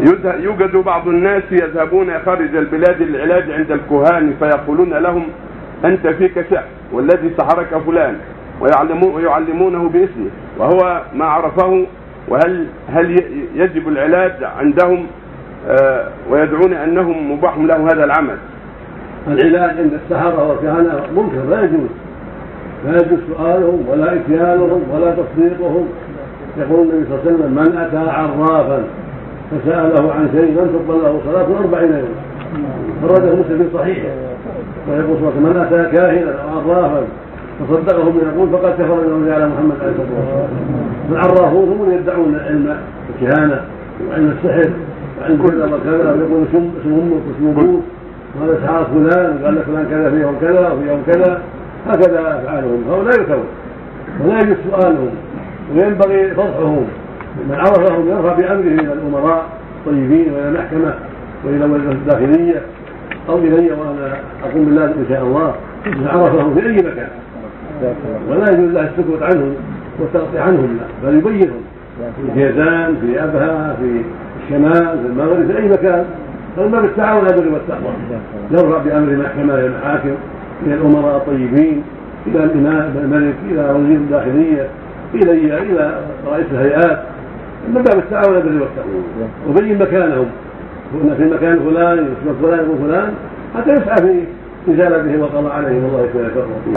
يوجد بعض الناس يذهبون خارج البلاد للعلاج عند الكهان فيقولون لهم أنت فيك سحر والذي سحرك فلان، ويعلمونه باسمه وهو ما عرفه. هل يجب العلاج عندهم ويدعون أنهم مباح لهم هذا العمل؟ العلاج عند السحرة والكهنة منكر، لا يجوز سؤالهم ولا إتيانهم ولا تصديقهم. يقول النبي صلى الله عليه وسلم من أتى عرافا فسأله عن شيء لم تقبل له صلاة 40 يوما، خرجه مسلم في صحيحه. ويقول صلى الله عليه وسلم من أتى كاهنا أو عرافا فصدقه من يقول فقد كفر بما جاء على محمد عليه الصلاة والسلام. العرافون هم يدعون علم الكهانة وعلم السحر وعلم كذا وكذا، ويقول اسم امك واسم ابوك وهذا سحر فلان وقال لك فلان كذا في يوم كذا وفي يوم كذا، هكذا افعالهم. هؤلاء يكفرون ولا يجوز سؤالهم وينبغي فضحهم. من عرفهم يرفع بأمره إلى الأمراء الطيبين وإلى المحكمة وإلى وزارة الداخلية أو إلي وأنا أقوم بالله إن شاء الله. من عرفهم في أي مكان ولا يجوز له السكوت عنهم والتغطي عنهم، بل يبينهم في جيزان في أبها في الشمال في المغرب في أي مكان. فالباب التعاون على البر والتقوى، يرفع بأمر المحكمة إلى المحاكم إلى الأمراء الطيبين إلى الإمام الملك إلى وزير الداخلية إلى رئيس الهيئات. من باب التعاون على البر والتقوى وبين مكانهم، كنا في مكان فلان يسمى فلان وفلان حتى يسعى في إزالته والقضاء عليهم. والله يكون